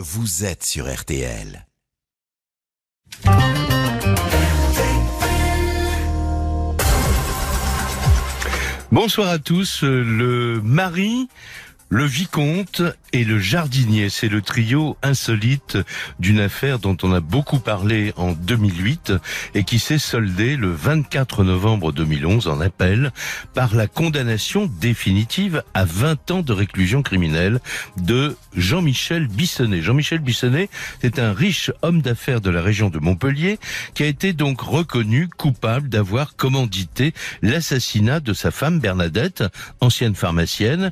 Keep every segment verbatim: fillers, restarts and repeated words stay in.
vous êtes sur R T L. Bonsoir à tous. Le mari, le vicomte et le jardinier, c'est le trio insolite d'une affaire dont on a beaucoup parlé en deux mille huit et qui s'est soldée le vingt-quatre novembre deux mille onze en appel par la condamnation définitive à vingt ans de réclusion criminelle de Jean-Michel Bissonnet. Jean-Michel Bissonnet, c'est un riche homme d'affaires de la région de Montpellier qui a été donc reconnu coupable d'avoir commandité l'assassinat de sa femme Bernadette, ancienne pharmacienne,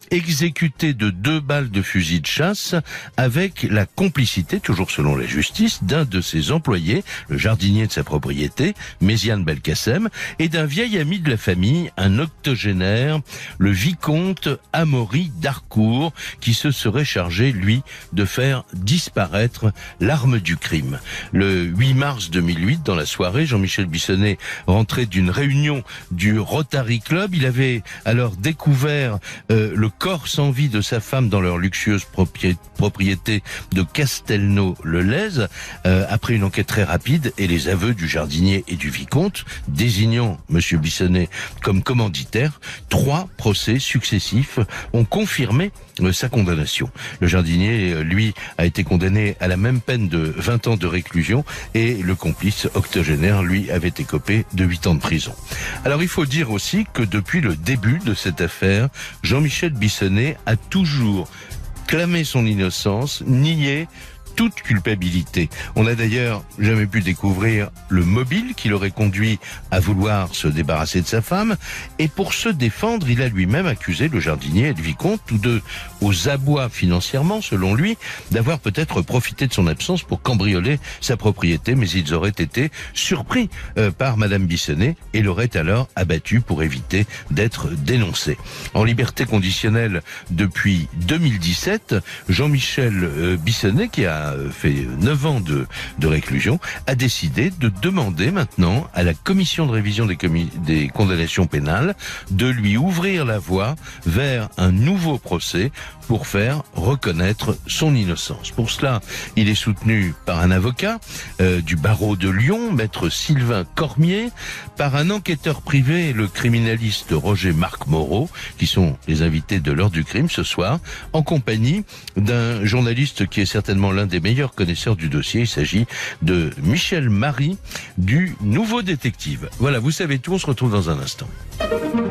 exécuté de deux balles de fusil de chasse avec la complicité, toujours selon la justice, d'un de ses employés, le jardinier de sa propriété, Méziane Belkacem, et d'un vieil ami de la famille, un octogénaire, le vicomte Amaury d'Harcourt, qui se serait chargé, lui, de faire disparaître l'arme du crime. Le huit mars deux mille huit, dans la soirée, Jean-Michel Bissonnet rentrait d'une réunion du Rotary Club. Il avait alors découvert euh, le corps sans vie de sa femme dans leur luxueuse propriété de Castelnau-le-Lez, euh, après une enquête très rapide et les aveux du jardinier et du vicomte, désignant Monsieur Bissonnet comme commanditaire. Trois procès successifs ont confirmé euh, sa condamnation. Le jardinier, lui, a été condamné à la même peine de vingt ans de réclusion et le complice octogénaire, lui, avait écopé de huit ans de prison. Alors, il faut dire aussi que depuis le début de cette affaire, Jean-Michel Bissonnet a toujours clamé son innocence, nié toute culpabilité. On n'a d'ailleurs jamais pu découvrir le mobile qui l'aurait conduit à vouloir se débarrasser de sa femme. Et pour se défendre, il a lui-même accusé le jardinier et le vicomte, tous deux aux abois financièrement, selon lui, d'avoir peut-être profité de son absence pour cambrioler sa propriété. Mais ils auraient été surpris euh, par Madame Bissonnet et l'auraient alors abattu pour éviter d'être dénoncés. En liberté conditionnelle depuis deux mille dix-sept, Jean-Michel euh, Bissonnet, qui a fait neuf ans de, de réclusion, a décidé de demander maintenant à la commission de révision des, commis, des condamnations pénales de lui ouvrir la voie vers un nouveau procès pour faire reconnaître son innocence. Pour cela, il est soutenu par un avocat euh, du barreau de Lyon, maître Sylvain Cormier, par un enquêteur privé, le criminaliste Roger Marc Moreau, qui sont les invités de l'heure du crime ce soir, en compagnie d'un journaliste qui est certainement l'un des meilleurs connaisseurs du dossier. Il s'agit de Michel Marie, du Nouveau Détective. Voilà, vous savez tout, on se retrouve dans un instant. R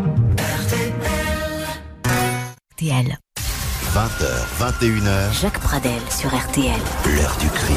T L. vingt heures, vingt et une heures. Jacques Pradel sur R T L. L'heure du crime.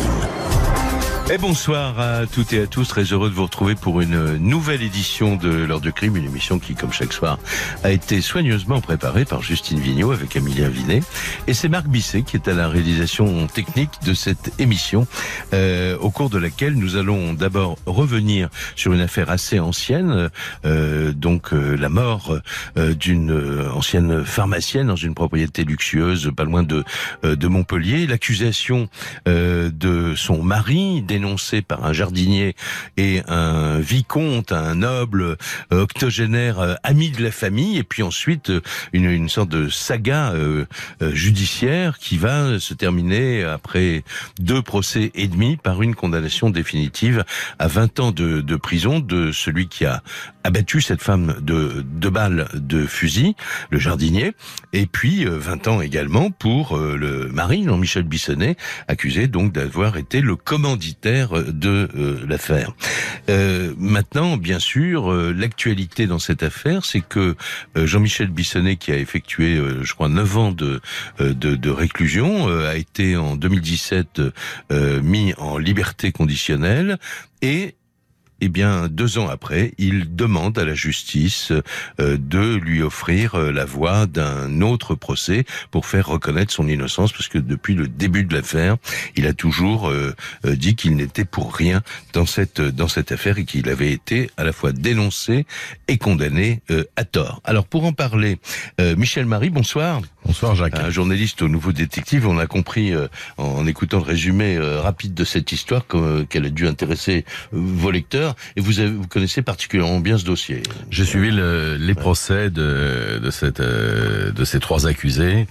Et bonsoir à toutes et à tous, très heureux de vous retrouver pour une nouvelle édition de l'heure du crime, une émission qui, comme chaque soir, a été soigneusement préparée par Justine Vignot avec Amélie Vinet. Et c'est Marc Bisset qui est à la réalisation technique de cette émission, euh, au cours de laquelle nous allons d'abord revenir sur une affaire assez ancienne, euh, donc euh, la mort euh, d'une ancienne pharmacienne dans une propriété luxueuse pas loin de, euh, de Montpellier, l'accusation euh, de son mari, dénoncé par un jardinier et un vicomte, un noble euh, octogénaire, euh, ami de la famille, et puis ensuite euh, une, une sorte de saga euh, euh, judiciaire qui va se terminer après deux procès et demi par une condamnation définitive à vingt ans de, de prison de celui qui a abattu cette femme de deux balles de fusil, le jardinier, et puis euh, vingt ans également pour euh, le mari, Jean-Michel Bissonnet, accusé donc d'avoir été le commanditaire de euh, l'affaire. Euh, maintenant, bien sûr, euh, l'actualité dans cette affaire, c'est que euh, Jean-Michel Bissonnet, qui a effectué, euh, je crois, neuf ans de, euh, de, de réclusion, euh, a été en deux mille dix-sept euh, mis en liberté conditionnelle et eh bien, deux ans après, il demande à la justice euh, de lui offrir euh, la voie d'un autre procès pour faire reconnaître son innocence, parce que depuis le début de l'affaire, il a toujours euh, euh, dit qu'il n'était pour rien dans cette dans cette affaire et qu'il avait été à la fois dénoncé et condamné euh, à tort. Alors, pour en parler, euh, Michel Marie, bonsoir. Bonsoir Jacques. Un journaliste au Nouveau Détective, on a compris euh, en écoutant le résumé euh, rapide de cette histoire qu'elle a dû intéresser euh, vos lecteurs, et vous, avez, vous connaissez particulièrement bien ce dossier. J'ai suivi le, les procès de, de, cette, euh, de ces trois accusés.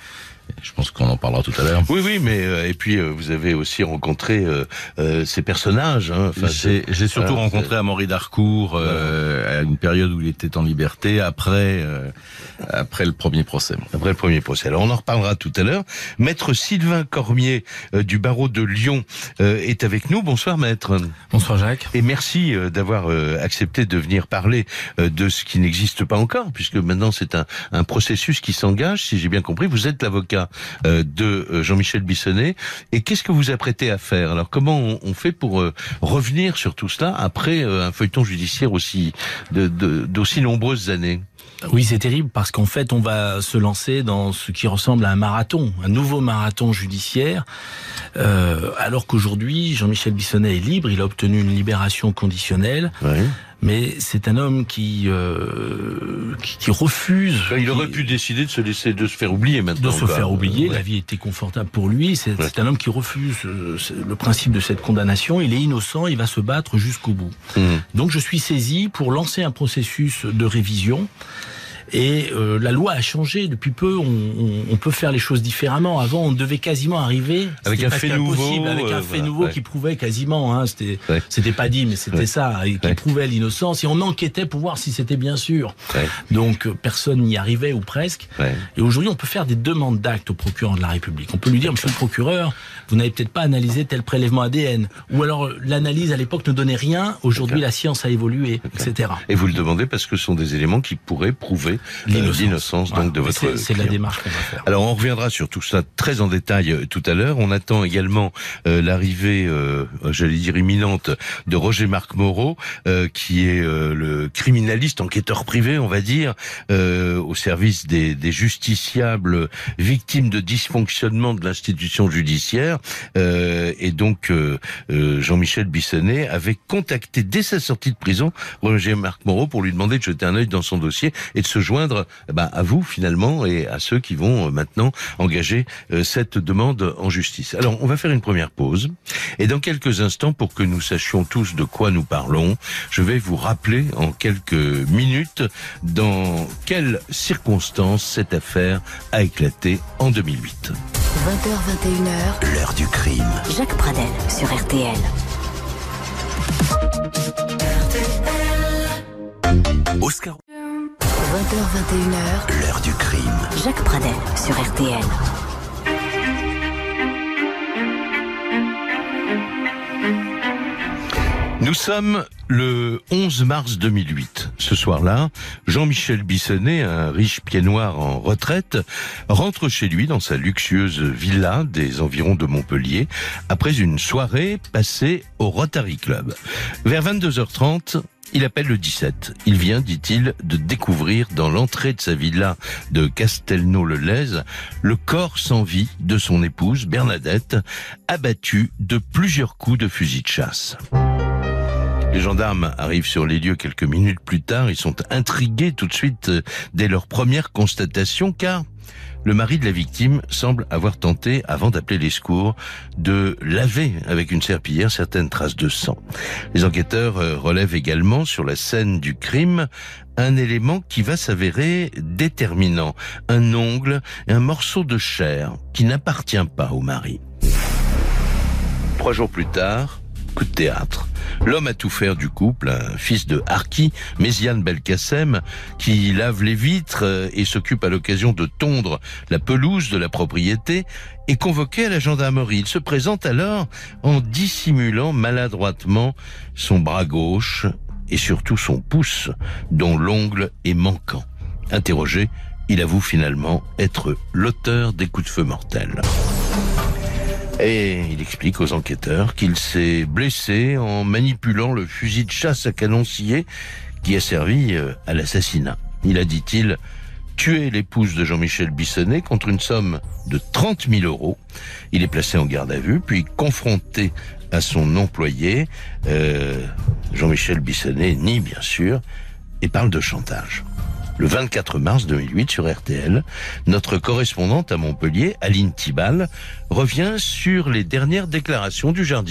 Je pense qu'on en parlera tout à l'heure. Oui, oui, mais euh, et puis euh, vous avez aussi rencontré euh, euh, ces personnages. Hein, enfin, j'ai, j'ai surtout voilà, rencontré c'est... Amaury d'Harcourt euh, voilà. à une période où il était en liberté, après euh, après le premier procès. Après le premier procès. Alors on en reparlera tout à l'heure. Maître Sylvain Cormier euh, du barreau de Lyon euh, est avec nous. Bonsoir maître. Bonsoir Jacques. Et merci euh, d'avoir euh, accepté de venir parler euh, de ce qui n'existe pas encore, puisque maintenant c'est un, un processus qui s'engage, si j'ai bien compris. Vous êtes l'avocat euh, de euh, Jean-Michel Bissonnet. Et qu'est-ce que vous apprêtez à faire? Alors comment on, on fait pour euh, revenir sur tout cela après euh, un feuilleton judiciaire aussi de, de, d'aussi nombreuses années? Oui, c'est terrible parce qu'en fait, on va se lancer dans ce qui ressemble à un marathon, un nouveau marathon judiciaire, euh, alors qu'aujourd'hui, Jean-Michel Bissonnet est libre, il a obtenu une libération conditionnelle. Oui. Mais c'est un homme qui euh, qui, qui refuse. Il qui, aurait pu décider de se laisser, de se faire oublier maintenant. De se quoi. faire oublier. Ouais. La vie était confortable pour lui. C'est, ouais. c'est un homme qui refuse euh, le principe de cette condamnation. Il est innocent. Il va se battre jusqu'au bout. Mmh. Donc je suis saisi pour lancer un processus de révision. Et euh, la loi a changé depuis peu. On, on, on peut faire les choses différemment. Avant, on devait quasiment arriver avec un fait nouveau, avec un euh, fait voilà, nouveau ouais. qui prouvait quasiment. Hein, c'était, ouais. c'était pas dit, mais c'était ouais. ça, et qui ouais. prouvait l'innocence. Et on enquêtait pour voir si c'était bien sûr. Ouais. Donc personne n'y arrivait ou presque. Ouais. Et aujourd'hui, on peut faire des demandes d'actes au procureur de la République. On peut lui dire, Monsieur le procureur, vous n'avez peut-être pas analysé tel prélèvement A D N, ou alors l'analyse à l'époque ne donnait rien. Aujourd'hui, D'accord. la science a évolué, D'accord. et cetera. Et vous le demandez parce que ce sont des éléments qui pourraient prouver l'innocence, l'innocence donc, ouais, de votre c'est, c'est la démarche qu'on va faire. Alors on reviendra sur tout ça très en détail euh, tout à l'heure. On attend également euh, l'arrivée, euh, j'allais dire imminente, de Roger-Marc Moreau, euh, qui est euh, le criminaliste, enquêteur privé, on va dire, euh, au service des, des justiciables victimes de dysfonctionnement de l'institution judiciaire. Euh, et donc euh, euh, Jean-Michel Bissonnet avait contacté dès sa sortie de prison Roger-Marc Moreau pour lui demander de jeter un œil dans son dossier et de se joindre bah, à vous finalement et à ceux qui vont euh, maintenant engager euh, cette demande en justice. Alors on va faire une première pause et dans quelques instants, pour que nous sachions tous de quoi nous parlons, je vais vous rappeler en quelques minutes dans quelles circonstances cette affaire a éclaté en deux mille huit. vingt heures vingt et une heures, l'heure du crime. Jacques Pradel sur R T L. Oscar. vingt heures vingt et une heures, l'heure du crime. Jacques Pradel sur R T L. Nous sommes le onze mars deux mille huit. Ce soir-là, Jean-Michel Bissonnet, un riche pied-noir en retraite, rentre chez lui dans sa luxueuse villa des environs de Montpellier après une soirée passée au Rotary Club. Vers vingt-deux heures trente, il appelle le dix-sept. Il vient, dit-il, de découvrir dans l'entrée de sa villa de Castelnau-le-Lez le corps sans vie de son épouse Bernadette, abattue de plusieurs coups de fusil de chasse. Les gendarmes arrivent sur les lieux quelques minutes plus tard. Ils sont intrigués tout de suite dès leur première constatation, car le mari de la victime semble avoir tenté, avant d'appeler les secours, de laver avec une serpillière certaines traces de sang. Les enquêteurs relèvent également sur la scène du crime un élément qui va s'avérer déterminant, un ongle et un morceau de chair qui n'appartient pas au mari. Trois jours plus tard, coup de théâtre. L'homme à tout faire du couple, un fils de Harki, Méziane Belkacem, qui lave les vitres et s'occupe à l'occasion de tondre la pelouse de la propriété, est convoqué à la gendarmerie. Il se présente alors en dissimulant maladroitement son bras gauche et surtout son pouce, dont l'ongle est manquant. Interrogé, il avoue finalement être l'auteur des coups de feu mortels. Et il explique aux enquêteurs qu'il s'est blessé en manipulant le fusil de chasse à canon scié qui a servi à l'assassinat. Il a, dit-il, tué l'épouse de Jean-Michel Bissonnet contre une somme de trente mille euros. Il est placé en garde à vue, puis confronté à son employé. Euh, Jean-Michel Bissonnet nie bien sûr et parle de chantage. Le vingt-quatre mars deux mille huit, sur R T L, notre correspondante à Montpellier, Aline Thibal, revient sur les dernières déclarations du jardinier.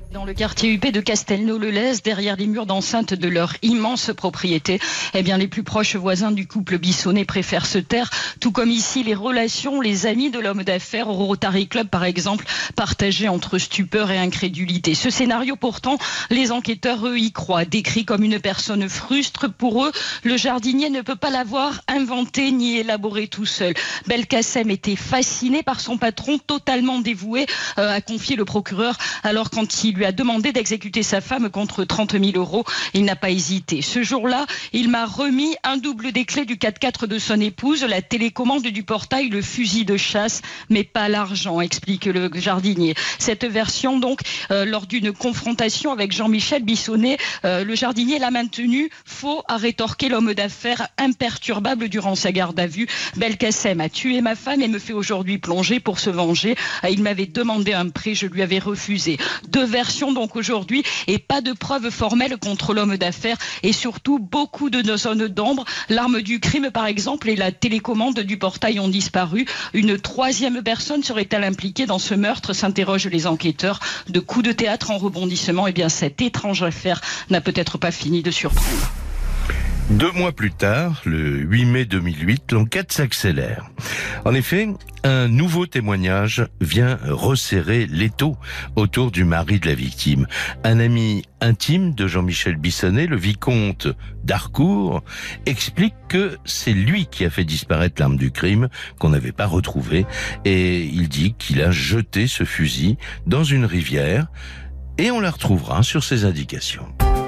Dans le quartier huppé de Castelnau-le-Lez, derrière les murs d'enceinte de leur immense propriété, eh bien, les plus proches voisins du couple Bissonnet préfèrent se taire, tout comme ici les relations, les amis de l'homme d'affaires au Rotary Club, par exemple, partagées entre stupeur et incrédulité. Ce scénario, pourtant, les enquêteurs, eux, y croient. Décrit comme une personne frustre, pour eux, le jardinier ne peut pas l'avoir inventé ni élaboré tout seul. Belkacem était fasciné par son patron, totalement dévoué, euh, a confié le procureur, alors quand il lui a demandé d'exécuter sa femme contre trente mille euros. Il n'a pas hésité. Ce jour-là, il m'a remis un double des clés du quatre-quatre de son épouse, la télécommande du portail, le fusil de chasse, mais pas l'argent, explique le jardinier. Cette version, donc, euh, lors d'une confrontation avec Jean-Michel Bissonnet, euh, le jardinier l'a maintenu faux, a rétorqué l'homme d'affaires imperturbable durant sa garde à vue. Belkacem a tué ma femme et me fait aujourd'hui plonger pour se venger. Il m'avait demandé un prêt, je lui avais refusé. Deux versions donc aujourd'hui et pas de preuves formelles contre l'homme d'affaires et surtout beaucoup de zones d'ombre. L'arme du crime par exemple et la télécommande du portail ont disparu. Une troisième personne serait-elle impliquée dans ce meurtre, s'interrogent les enquêteurs. De coups de théâtre en rebondissement, et eh bien cette étrange affaire n'a peut-être pas fini de surprendre. Deux mois plus tard, le huit mai deux mille huit, l'enquête s'accélère. En effet, un nouveau témoignage vient resserrer l'étau autour du mari de la victime. Un ami intime de Jean-Michel Bissonnet, le vicomte d'Harcourt, explique que c'est lui qui a fait disparaître l'arme du crime qu'on n'avait pas retrouvée et il dit qu'il a jeté ce fusil dans une rivière et on la retrouvera sur ses indications.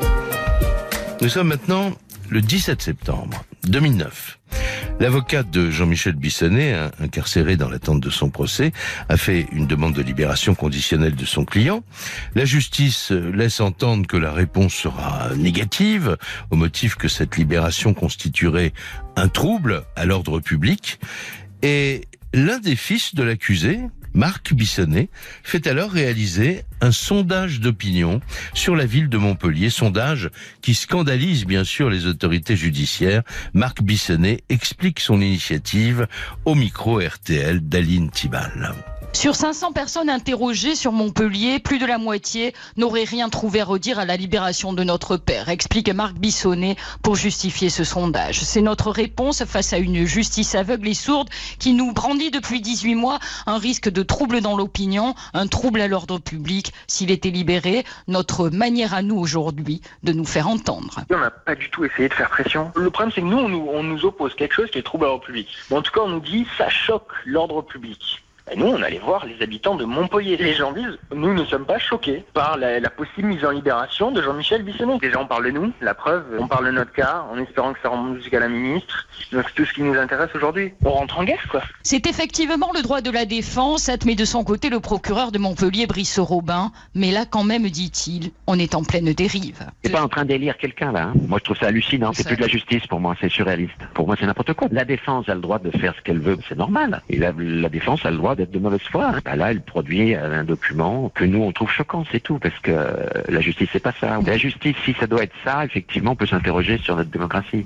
Nous sommes maintenant le dix-sept septembre deux mille neuf. L'avocat de Jean-Michel Bissonnet, incarcéré dans l'attente de son procès, a fait une demande de libération conditionnelle de son client. La justice laisse entendre que la réponse sera négative, au motif que cette libération constituerait un trouble à l'ordre public. Et l'un des fils de l'accusé, Marc Bissonnet, fait alors réaliser un sondage d'opinion sur la ville de Montpellier, sondage qui scandalise bien sûr les autorités judiciaires. Marc Bissonnet explique son initiative au micro R T L d'Aline Thibal. Sur cinq cents personnes interrogées sur Montpellier, plus de la moitié n'auraient rien trouvé à redire à la libération de notre père, explique Marc Bissonnet pour justifier ce sondage. C'est notre réponse face à une justice aveugle et sourde qui nous brandit depuis dix-huit mois un risque de trouble dans l'opinion, un trouble à l'ordre public. S'il était libéré, notre manière à nous aujourd'hui de nous faire entendre. On n'a pas du tout essayé de faire pression. Le problème, c'est que nous, on nous, on nous oppose quelque chose qui est trouble à l'ordre public. Mais en tout cas, on nous dit ça choque l'ordre public. Et nous, on allait voir les habitants de Montpellier. Les gens disent, nous ne sommes pas choqués par la, la possible mise en libération de Jean-Michel Bissonnet. Déjà, on parle de nous, la preuve, on parle de notre cas, en espérant que ça remonte jusqu'à la ministre. Donc, c'est tout ce qui nous intéresse aujourd'hui. On rentre en guerre, quoi. C'est effectivement le droit de la défense, admet de son côté le procureur de Montpellier, Brice Robin. Mais là, quand même, dit-il, on est en pleine dérive. C'est pas en train d'élire quelqu'un, là. Hein. Moi, je trouve ça hallucinant. C'est plus de la justice, pour moi. C'est surréaliste. Pour moi, c'est n'importe quoi. La défense a le droit de faire ce qu'elle veut. C'est normal. Et la, la défense a le droit d'être de mauvaise foi. Hein. Bah là, elle produit un document que nous, on trouve choquant, c'est tout, parce que euh, la justice, c'est pas ça. La justice, si ça doit être ça, effectivement, on peut s'interroger sur notre démocratie.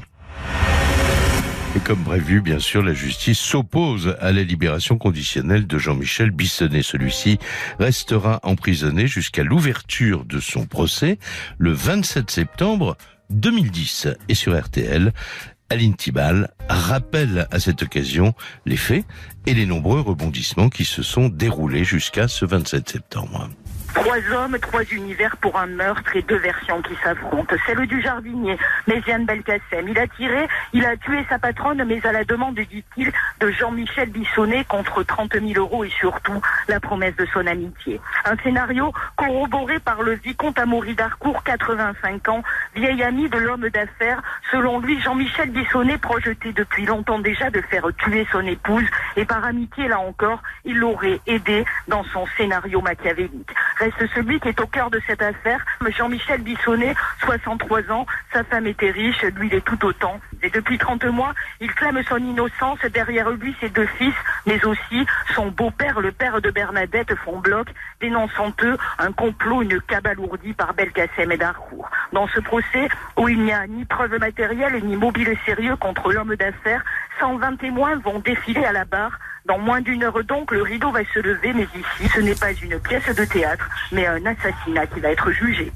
Et comme prévu, bien sûr, la justice s'oppose à la libération conditionnelle de Jean-Michel Bissonnet. Celui-ci restera emprisonné jusqu'à l'ouverture de son procès le vingt-sept septembre deux mille dix. Et sur R T L, Aline Thibal rappelle à cette occasion les faits et les nombreux rebondissements qui se sont déroulés jusqu'à ce vingt-sept septembre. Trois hommes, trois univers pour un meurtre et deux versions qui s'affrontent. Celle du jardinier, Méziane Belkacem. Il a tiré, il a tué sa patronne, mais à la demande, dit-il, de Jean-Michel Bissonnet contre trente mille euros et surtout la promesse de son amitié. Un scénario corroboré par le vicomte Amaury d'Harcourt, quatre-vingt-cinq ans, vieil ami de l'homme d'affaires. Selon lui, Jean-Michel Bissonnet projetait depuis longtemps déjà de faire tuer son épouse et par amitié, là encore, il l'aurait aidé dans son scénario machiavélique. Reste celui qui est au cœur de cette affaire, Jean-Michel Bissonnet, soixante-trois ans, sa femme était riche, lui il est tout autant. Et depuis trente mois, il clame son innocence, derrière lui ses deux fils, mais aussi son beau-père, le père de Bernadette, font bloc, dénonçant eux un complot, une cabale ourdie par Belkacem et Darcourt. Dans ce procès, où il n'y a ni preuve matérielle ni mobile sérieux contre l'homme d'affaires, cent vingt témoins vont défiler à la barre. Dans moins d'une heure donc, le rideau va se lever, mais ici, ce n'est pas une pièce de théâtre, mais un assassinat qui va être jugé.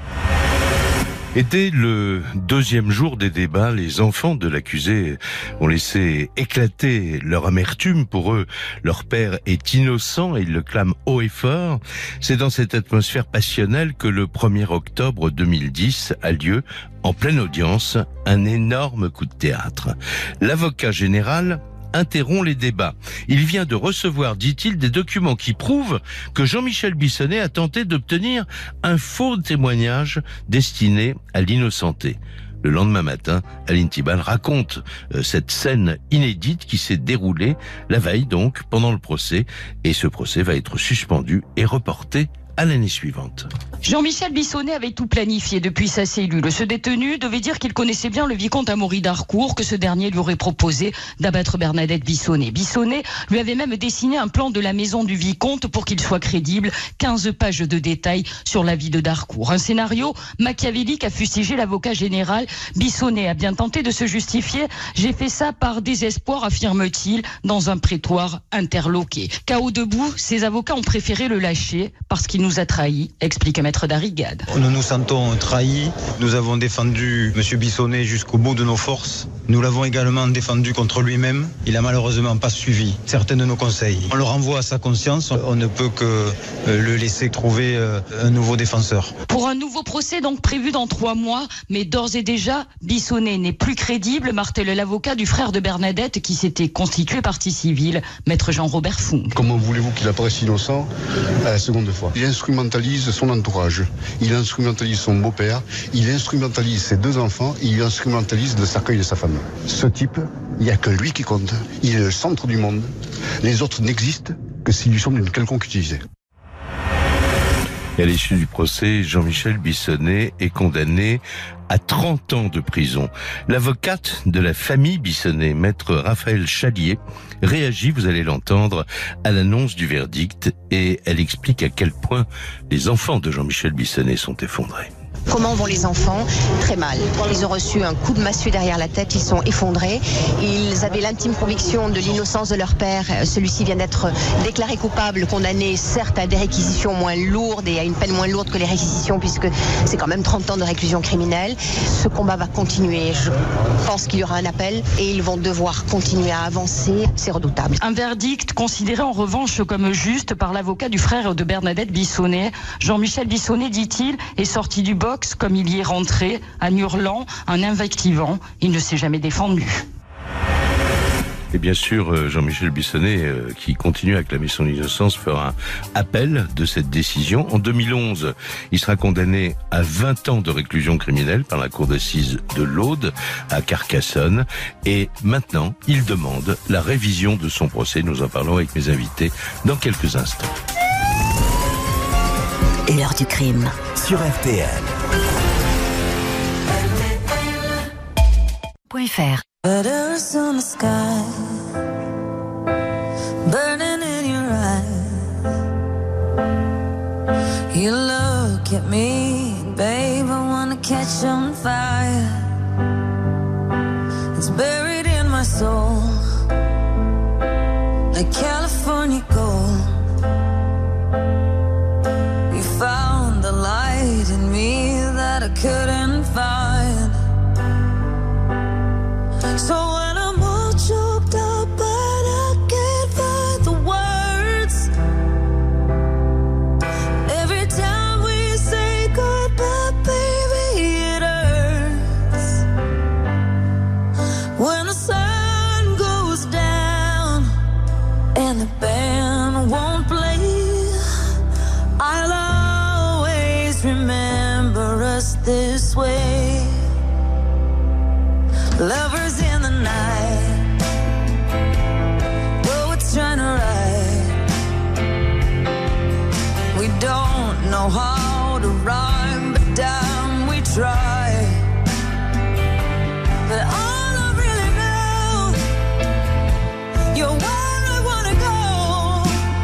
Et dès le deuxième jour des débats, les enfants de l'accusé ont laissé éclater leur amertume. Pour eux, leur père est innocent et ils le clament haut et fort. C'est dans cette atmosphère passionnelle que le premier octobre deux mille dix a lieu, en pleine audience, un énorme coup de théâtre. L'avocat général interrompt les débats. Il vient de recevoir, dit-il, des documents qui prouvent que Jean-Michel Bissonnet a tenté d'obtenir un faux témoignage destiné à l'innocenter. Le lendemain matin, Aline Thibal raconte euh, cette scène inédite qui s'est déroulée la veille donc, pendant le procès, et ce procès va être suspendu et reporté à l'année suivante. Jean-Michel Bissonnet avait tout planifié depuis sa cellule. Ce détenu devait dire qu'il connaissait bien le vicomte Amaury d'Harcourt, que ce dernier lui aurait proposé d'abattre Bernadette Bissonnet. Bissonnet lui avait même dessiné un plan de la maison du vicomte pour qu'il soit crédible, quinze pages de détails sur la vie de d'Harcourt. Un scénario machiavélique a fustigé l'avocat général. Bissonnet a bien tenté de se justifier. J'ai fait ça par désespoir, affirme-t-il, dans un prétoire interloqué. K O debout, ses avocats ont préféré le lâcher parce qu'il nous a trahis, explique Maître Darrigade. Nous nous sentons trahis. Nous avons défendu M. Bissonnet jusqu'au bout de nos forces. Nous l'avons également défendu contre lui-même. Il n'a malheureusement pas suivi certains de nos conseils. On le renvoie à sa conscience. On ne peut que le laisser trouver un nouveau défenseur. Pour un nouveau procès donc prévu dans trois mois, mais d'ores et déjà, Bissonnet n'est plus crédible, martèle l'avocat du frère de Bernadette qui s'était constitué partie civile, Maître Jean-Robert Fung. Comment voulez-vous qu'il apparaisse innocent à la seconde fois ? Il instrumentalise son entourage, il instrumentalise son beau-père, il instrumentalise ses deux enfants, et il instrumentalise le cercueil de sa femme. Ce type, il n'y a que lui qui compte. Il est le centre du monde. Les autres n'existent que s'ils lui sont d'une quelconque utilité. Et à l'issue du procès, Jean-Michel Bissonnet est condamné à trente ans de prison. L'avocate de la famille Bissonnet, maître Raphaël Chalier, réagit, vous allez l'entendre, à l'annonce du verdict et elle explique à quel point les enfants de Jean-Michel Bissonnet sont effondrés. Comment vont les enfants ? Très mal. Ils ont reçu un coup de massue derrière la tête, ils sont effondrés. Ils avaient l'intime conviction de l'innocence de leur père. Celui-ci vient d'être déclaré coupable, condamné certes à des réquisitions moins lourdes et à une peine moins lourde que les réquisitions puisque c'est quand même trente ans de réclusion criminelle. Ce combat va continuer. Je pense qu'il y aura un appel et ils vont devoir continuer à avancer. C'est redoutable. Un verdict considéré en revanche comme juste par l'avocat du frère de Bernadette Bissonnet. Jean-Michel Bissonnet, dit-il, est sorti du box comme il y est rentré, en hurlant, en invectivant. Il ne s'est jamais défendu. Et bien sûr, Jean-Michel Bissonnet, qui continue à clamer son innocence, fera un appel de cette décision. En deux mille onze, il sera condamné à vingt ans de réclusion criminelle par la cour d'assises de l'Aude à Carcassonne. Et maintenant, il demande la révision de son procès. Nous en parlons avec mes invités dans quelques instants. L'heure du crime. Sur R T L. Point fr. Letters on the sky, burning in your eyes. You look at me, babe, I wanna catch on fire. It's buried in my soul, like California gold. You found the light in me that I couldn't find. So when I'm all choked up but I can't find the words, every time we say goodbye, baby, it hurts. When the sun goes down and the band won't play, I'll always remember us this way. Lovers in the night, poets trying to write. We don't know how to rhyme, but try. But all I really know, you're where I wanna go.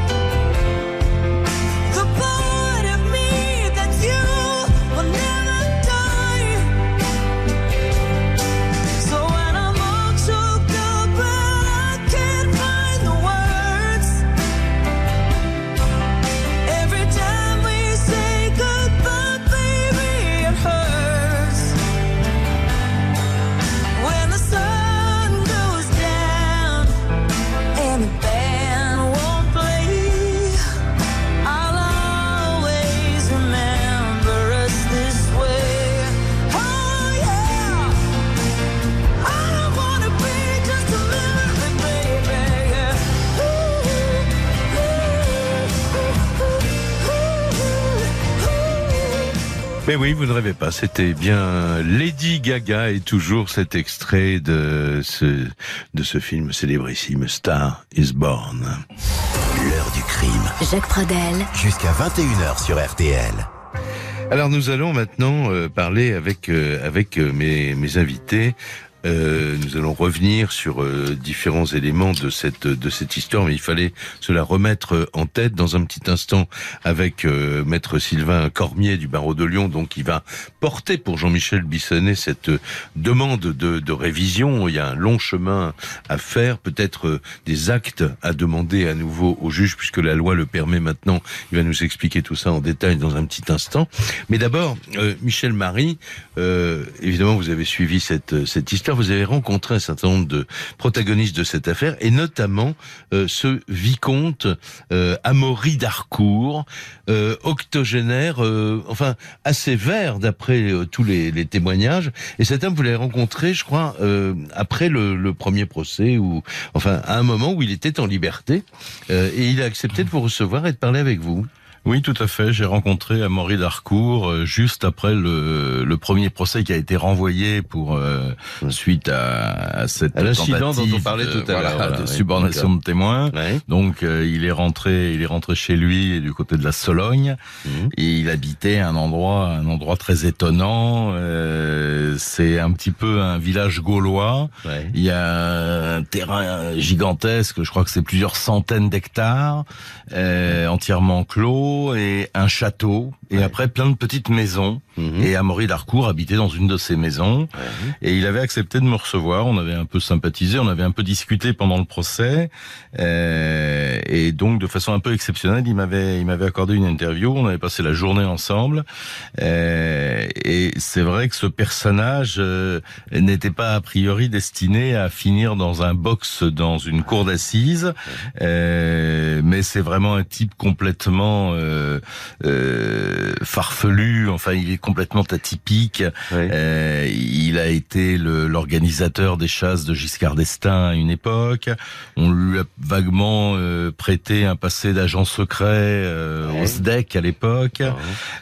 The part of me that's you will never die. So when I'm all choked up and I can't find the words, every time we say goodbye, baby, it hurts. When the sun goes down and the band won't play, I'll always remember us this way. Oh yeah, I don't wanna be just a memory, baby. Yeah. Mais oui, vous ne rêvez pas, c'était bien Lady Gaga et toujours cet extrait de ce, de ce film célébrissime, Star is Born. L'heure du crime. Jacques Pradel. Jusqu'à vingt et une heures sur R T L. Alors nous allons maintenant euh, parler avec, euh, avec euh, mes, mes invités. Euh, nous allons revenir sur euh, différents éléments de cette de cette histoire, mais il fallait se la remettre en tête dans un petit instant avec euh, maître Sylvain Cormier du barreau de Lyon, donc qui va porter pour Jean-Michel Bissonnette cette demande de, de révision. Il y a un long chemin à faire, peut-être euh, des actes à demander à nouveau au juge, puisque la loi le permet maintenant. Il va nous expliquer tout ça en détail dans un petit instant. Mais d'abord, euh, Michel Marie, euh, évidemment, vous avez suivi cette cette histoire. Vous avez rencontré un certain nombre de protagonistes de cette affaire, et notamment euh, ce vicomte euh, Amaury d'Harcourt, euh, octogénaire, euh, enfin assez vert d'après euh, tous les, les témoignages. Et cet homme, vous l'avez rencontré, je crois, euh, après le, le premier procès, ou enfin à un moment où il était en liberté, euh, et il a accepté de vous recevoir et de parler avec vous. Oui, tout à fait. J'ai rencontré Amaury d'Harcourt euh, juste après le, le premier procès qui a été renvoyé pour euh, suite à, à cette à l'incident dont on tentative parlait tout à de, voilà, l'heure, voilà, de oui, subornation d'accord. de témoins. Ouais. Donc euh, il est rentré, il est rentré chez lui du côté de la Sologne, mmh. et il habitait un endroit, un endroit très étonnant. Euh, c'est un petit peu un village gaulois. Ouais. Il y a un terrain gigantesque, je crois que c'est plusieurs centaines d'hectares, euh, entièrement clos, et un château, et ouais. après plein de petites maisons. Mmh. Et Amaury d'Harcourt habitait dans une de ces maisons, ouais. et il avait accepté de me recevoir. On avait un peu sympathisé, on avait un peu discuté pendant le procès, euh, et donc de façon un peu exceptionnelle, il m'avait il m'avait accordé une interview. On avait passé la journée ensemble, euh, et c'est vrai que ce personnage euh, n'était pas a priori destiné à finir dans un box dans une cour d'assises, euh, mais c'est vraiment un type complètement euh, euh, farfelu. Enfin, il est complètement atypique. Oui. Euh, il a été le, l'organisateur des chasses de Giscard d'Estaing à une époque. On lui a vaguement euh, prêté un passé d'agent secret euh, oui. au S D E C à l'époque. Oui.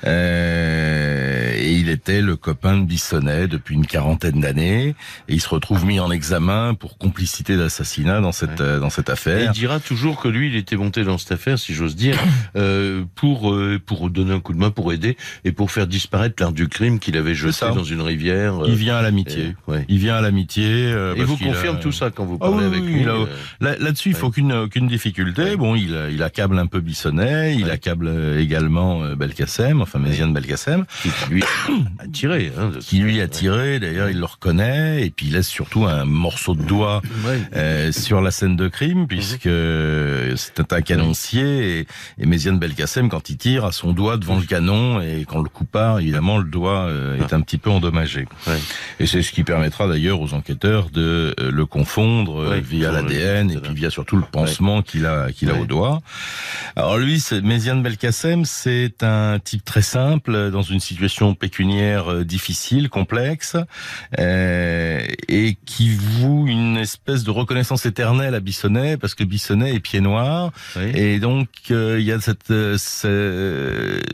Euh, et il était le copain de Bissonnette depuis une quarantaine d'années. Et il se retrouve mis en examen pour complicité d'assassinat dans cette oui. euh, dans cette affaire. Et il dira toujours que lui, il était monté dans cette affaire, si j'ose dire, euh, pour euh, pour donner un coup de main, pour aider et pour faire disparaître l'art du crime qu'il avait jeté dans une rivière. Il vient à l'amitié. Et, ouais. Il vient à l'amitié. Euh, et vous confirme a... tout ça quand vous parlez ah, oui, avec lui. Là, euh... là, là-dessus, il faut ouais. aucune aucune difficulté. Ouais. Bon, il il accable un peu Bissonnette, il ouais. accable également euh, Belkacem, enfin Méziane Belkacem, qui lui a tiré, hein, qui lui a tiré. D'ailleurs, il le reconnaît, et puis il laisse surtout un morceau de doigt ouais. euh, sur la scène de crime, puisque mmh. c'était un canoncier, et, et Méziane Belkacem, quand il tire, a son doigt devant le canon, et quand le coup part, évidemment, le doigt euh, est un petit peu endommagé. Ouais. Et c'est ce qui permettra d'ailleurs aux enquêteurs de euh, le confondre ouais, via l'A D N, et puis via surtout le pansement ouais. qu'il a qu'il a ouais. au doigt. Alors lui, c'est, Méziane Belkacem, c'est un type très simple, dans une situation pécuniaire euh, difficile, complexe, euh, et qui voue une espèce de reconnaissance éternelle à Bissonnette, parce que Bissonnette est pied noir, oui. et donc euh, il y a cette, euh, cette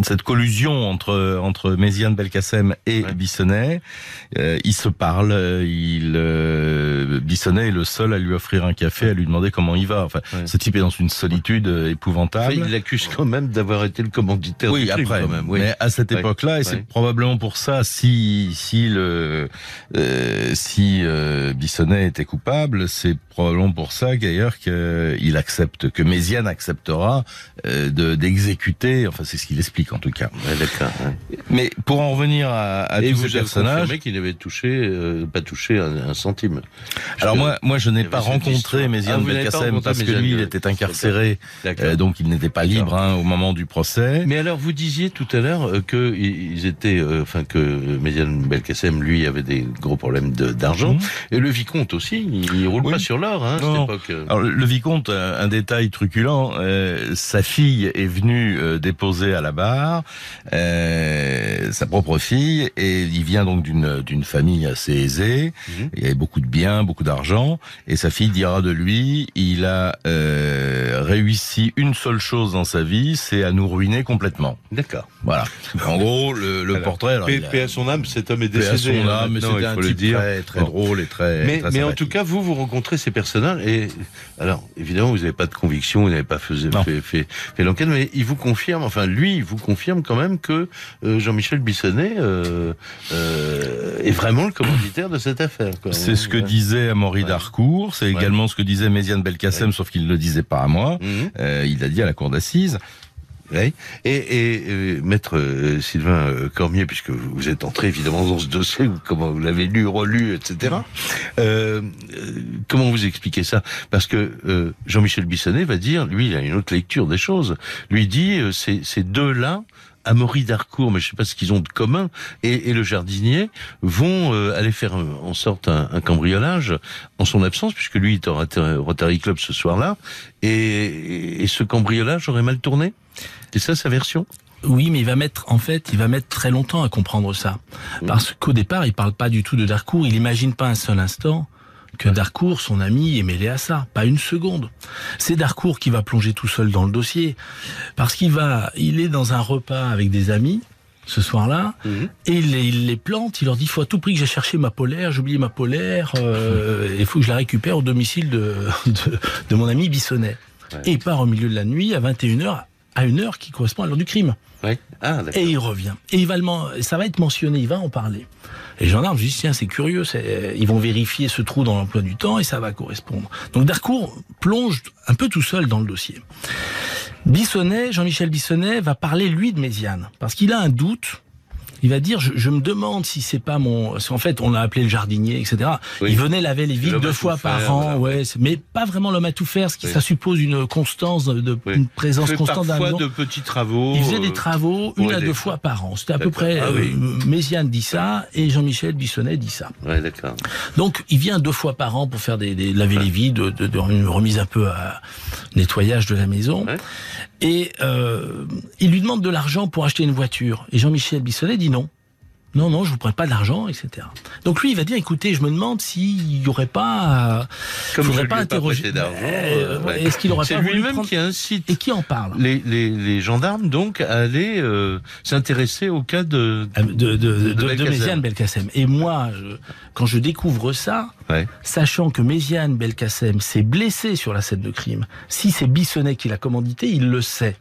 cette collusion entre entre Méziane Belkacem et ouais. Bissonnet. Euh, ils se parlent. Il euh, Bissonnet est le seul à lui offrir un café, à lui demander comment il va. Enfin, ouais. ce type est dans une solitude épouvantable. Enfin, il l'accuse quand même d'avoir été le commanditaire oui, du crime, après, quand même. Oui, mais à cette époque-là, et c'est ouais. probablement pour ça, si si le euh, si euh, Bissonnet était coupable, c'est probablement pour ça d'ailleurs qu'il accepte, que Méziane acceptera euh, de d'exécuter. Enfin, c'est ce qu'il explique en tout cas. Ouais, d'accord. Ouais. Mais pour en revenir à, à et tous vous ces personnages, confirmé qu'il n'avait touché, euh, pas touché un, un centime. Parce alors moi, moi, je n'ai pas rencontré Méziane ah, Belkacem parce que lui, il était incarcéré, euh, donc il n'était pas libre hein, au moment du procès. Mais alors, vous disiez tout à l'heure euh, que ils étaient, euh, enfin que Méziane Belkacem, lui, avait des gros problèmes de, d'argent, mmh. et le vicomte aussi. Il, il roule oui. pas sur l'or, hein, à cette époque. Alors, le, le vicomte, un, un détail truculent. Euh, sa fille est venue euh, déposer à la barre, euh, sa propre fille, et il vient donc d'une d'une famille assez aisée. Mmh. Il y avait beaucoup de biens, beaucoup d'argent, et sa fille dira de lui, il a euh, réussi une seule chose dans sa vie, c'est à nous ruiner complètement. D'accord. Voilà. En gros, le, le portrait. Alors, paix, paix à son âme, cet homme est décédé. Paix à son âme, mais c'était un type dire. très, très bon. drôle et très. Mais, très mais en tout cas, vous vous rencontrez ces personnages et alors évidemment vous n'avez pas de conviction, vous n'avez pas fait, fait, fait, fait l'enquête, mais il vous confirme, enfin lui, il vous confirme quand même que euh, Jean-Michel Bissonnet euh, euh, est vraiment le commanditaire de cette affaire. Quoi. C'est ce que ouais. disait Amaury ouais. d'Harcourt, c'est ouais. également ce que disait Méziane Belkacem, ouais. sauf qu'il ne le disait pas à moi. Mmh. Euh, il l'a dit à la cour d'assises. Oui. Et, et, et maître euh, Sylvain euh, Cormier, puisque vous êtes entré évidemment dans ce dossier, vous, comment vous l'avez lu, relu, et cetera. Euh, euh, comment vous expliquez ça? Parce que euh, Jean-Michel Bissonnet va dire, lui, il a une autre lecture des choses. Lui dit, euh, ces, ces deux-là, Amaury d'Harcourt, mais je sais pas ce qu'ils ont de commun, et, et le jardinier vont euh, aller faire euh, en sorte un, un cambriolage en son absence, puisque lui est au Rotary Club ce soir-là, et, et, et ce cambriolage aurait mal tourné. C'est ça sa version? Oui, mais il va mettre, en fait, il va mettre très longtemps à comprendre ça. Parce qu'au départ, il parle pas du tout de d'Harcourt, il imagine pas un seul instant que d'Harcourt, son ami, est mêlé à ça. Pas une seconde. C'est d'Harcourt qui va plonger tout seul dans le dossier. Parce qu'il va, il est dans un repas avec des amis, ce soir-là, mmh. et il les, il les plante, il leur dit, il faut à tout prix que j'ai cherché ma polaire, j'ai oublié ma polaire, euh, il faut que je la récupère au domicile de, de, de mon ami Bissonnet. Ouais. Et il part au milieu de la nuit, à vingt et une heures, à une heure qui correspond à l'heure du crime. Ouais. Ah, et il revient. Et il va le, ça va être mentionné, il va en parler. Et les gendarmes se disent, tiens, c'est curieux, c'est, ils vont vérifier ce trou dans l'emploi du temps et ça va correspondre. Donc d'Harcourt plonge un peu tout seul dans le dossier. Bissonnet, Jean-Michel Bissonnet, va parler, lui, de Méziane. Parce qu'il a un doute. Il va dire, je, je me demande si c'est pas mon... En fait, on l'a appelé le jardinier, et cetera. Oui. Il venait laver les vitres deux fois par faire, an, voilà. ouais, mais pas vraiment l'homme à tout faire, ce qui oui. ça suppose une constance, de, oui. une présence il constante d'un parfois de petits travaux. Il faisait des travaux une à deux fois par an. C'était à peu près... Ah, oui. euh, Méziane dit ça, et Jean-Michel Bissonnet dit ça. Ouais, d'accord. Donc, il vient deux fois par an pour faire des, des laver ouais. les vitres, de, de, de, une remise un peu à nettoyage de la maison. Ouais. Et euh, il lui demande de l'argent pour acheter une voiture. Et Jean-Michel Bissonnet dit non. Non, non, je vous prête pas de l'argent, et cetera. Donc lui, il va dire, écoutez, je me demande s'il y aurait pas... Comme faudrait je pas lui ai interroger... pas prêté d'argent. Euh, ouais. Est-ce qu'il aurait C'est pas voulu lui-même prendre... qui incite. Et qui en parle? Les, les, les gendarmes, donc, à aller euh, s'intéresser au cas de... De, de, de, de, de Méziane Belkacem. Et moi, je, quand je découvre ça, ouais. sachant que Méziane Belkacem s'est blessé sur la scène de crime, si c'est Bissonnet qui l'a commandité, il le sait.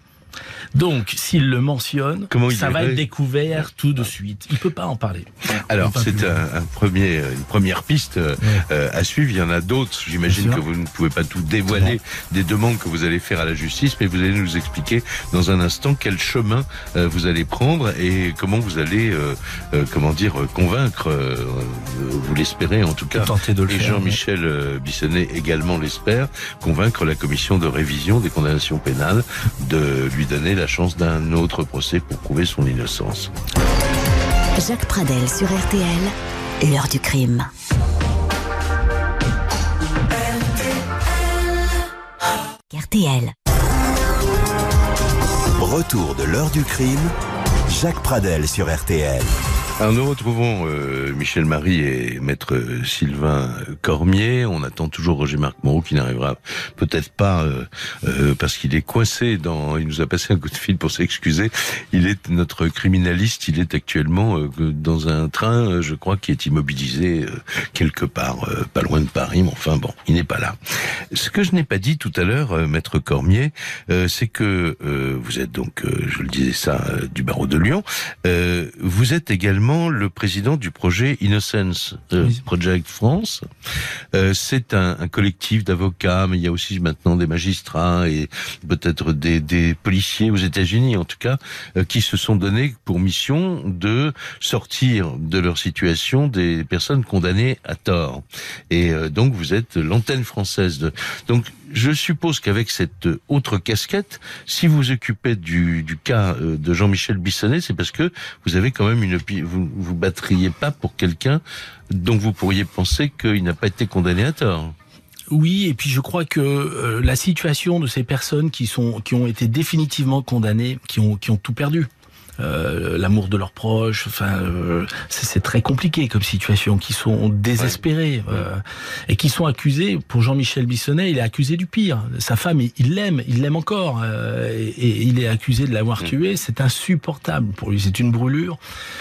Donc, s'il le mentionne, Comment ça va être découvert tout de suite. Il peut pas en parler. Alors, c'est un, un premier, une première piste ouais. euh, à suivre. Il y en a d'autres. J'imagine que vous ne pouvez pas tout dévoiler des demandes que vous allez faire à la justice, mais vous allez nous expliquer dans un instant quel chemin euh, vous allez prendre et comment vous allez, euh, euh, comment dire, convaincre, euh, vous l'espérez en tout cas, tenter de le et faire, Jean-Michel ouais. Bissonnet également l'espère, convaincre la commission de révision des condamnations pénales de lui donner la chance d'un autre procès pour prouver son innocence. Jacques Pradel sur R T L, l'heure du crime. R T L. Retour de l'heure du crime, Jacques Pradel sur R T L. Alors nous retrouvons euh, Michel Marie et maître Sylvain Cormier. On attend toujours Roger-Marc Moreau qui n'arrivera peut-être pas euh, euh, parce qu'il est coincé dans... Il nous a passé un coup de fil pour s'excuser. Il est notre criminaliste. Il est actuellement euh, dans un train, euh, je crois, qui est immobilisé euh, quelque part, euh, pas loin de Paris. Mais enfin bon, il n'est pas là. Ce que je n'ai pas dit tout à l'heure, euh, maître Cormier, euh, c'est que euh, vous êtes donc, euh, je le disais ça, euh, du barreau de Lyon. Euh, vous êtes également le président du projet Innocence euh, Project France. Euh, c'est un, un collectif d'avocats, mais il y a aussi maintenant des magistrats et peut-être des, des policiers aux États-Unis, en tout cas, euh, qui se sont donnés pour mission de sortir de leur situation des personnes condamnées à tort. Et euh, donc vous êtes l'antenne française de... Donc je suppose qu'avec cette autre casquette, si vous vous occupez du, du cas de Jean-Michel Bissonnet, c'est parce que vous avez quand même une... Vous vous battriez pas pour quelqu'un dont vous pourriez penser qu'il n'a pas été condamné à tort. Oui, et puis je crois que euh, la situation de ces personnes qui sont qui ont été définitivement condamnées, qui ont qui ont tout perdu. Euh, l'amour de leurs proches, enfin, euh, c'est, c'est très compliqué comme situation, qui sont désespérés ouais. euh, et qui sont accusés. Pour Jean-Michel Bissonnet, il est accusé du pire. Sa femme, il l'aime, il l'aime encore, euh, et, et il est accusé de l'avoir mmh. tué. C'est insupportable pour lui. C'est une brûlure.